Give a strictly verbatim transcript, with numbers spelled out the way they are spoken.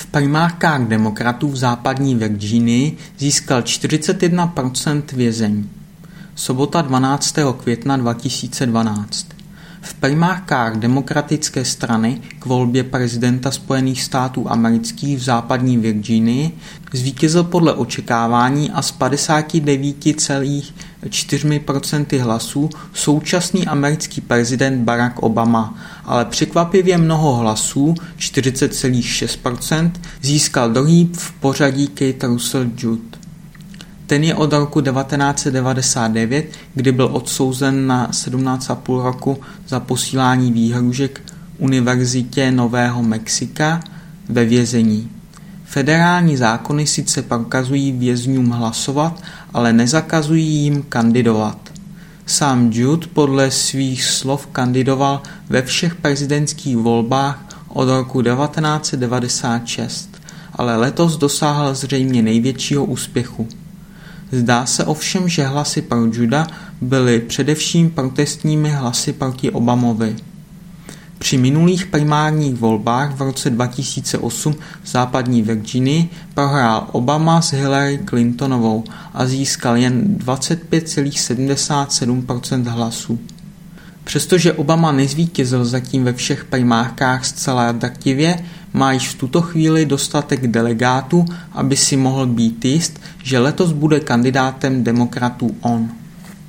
V primárkách demokratů v západní Virginii získal čtyřicet jedna procent vězení. Sobota dvanáctého května dva tisíce dvanáct. V primárkách demokratické strany k volbě prezidenta Spojených států amerických v západní Virginii zvítězil podle očekávání a z padesát devět celá čtyři procenta hlasů současný americký prezident Barack Obama, ale překvapivě mnoho hlasů, čtyřicet celá šest procenta, získal druhý v pořadí Kate Russell Judd. Ten je od roku devatenáct set devadesát devět, kdy byl odsouzen na sedmnáct a půl roku za posílání výhrůžek Univerzitě Nového Mexika ve vězení. Federální zákony sice prokazují vězňům hlasovat, ale nezakazují jim kandidovat. Sám Judd podle svých slov kandidoval ve všech prezidentských volbách od roku devatenáct set devadesát šest, ale letos dosáhl zřejmě největšího úspěchu. Zdá se ovšem, že hlasy pro Judda byly především protestními hlasy proti Obamovi. Při minulých primárních volbách v roce dva tisíce osm v západní Virginii prohrál Obama s Hillary Clintonovou a získal jen dvacet pět celá sedmdesát sedm procenta hlasů. Přestože Obama nezvítězil zatím ve všech primárkách zcela drtivě, má již v tuto chvíli dostatek delegátů, aby si mohl být jist, že letos bude kandidátem demokratů on.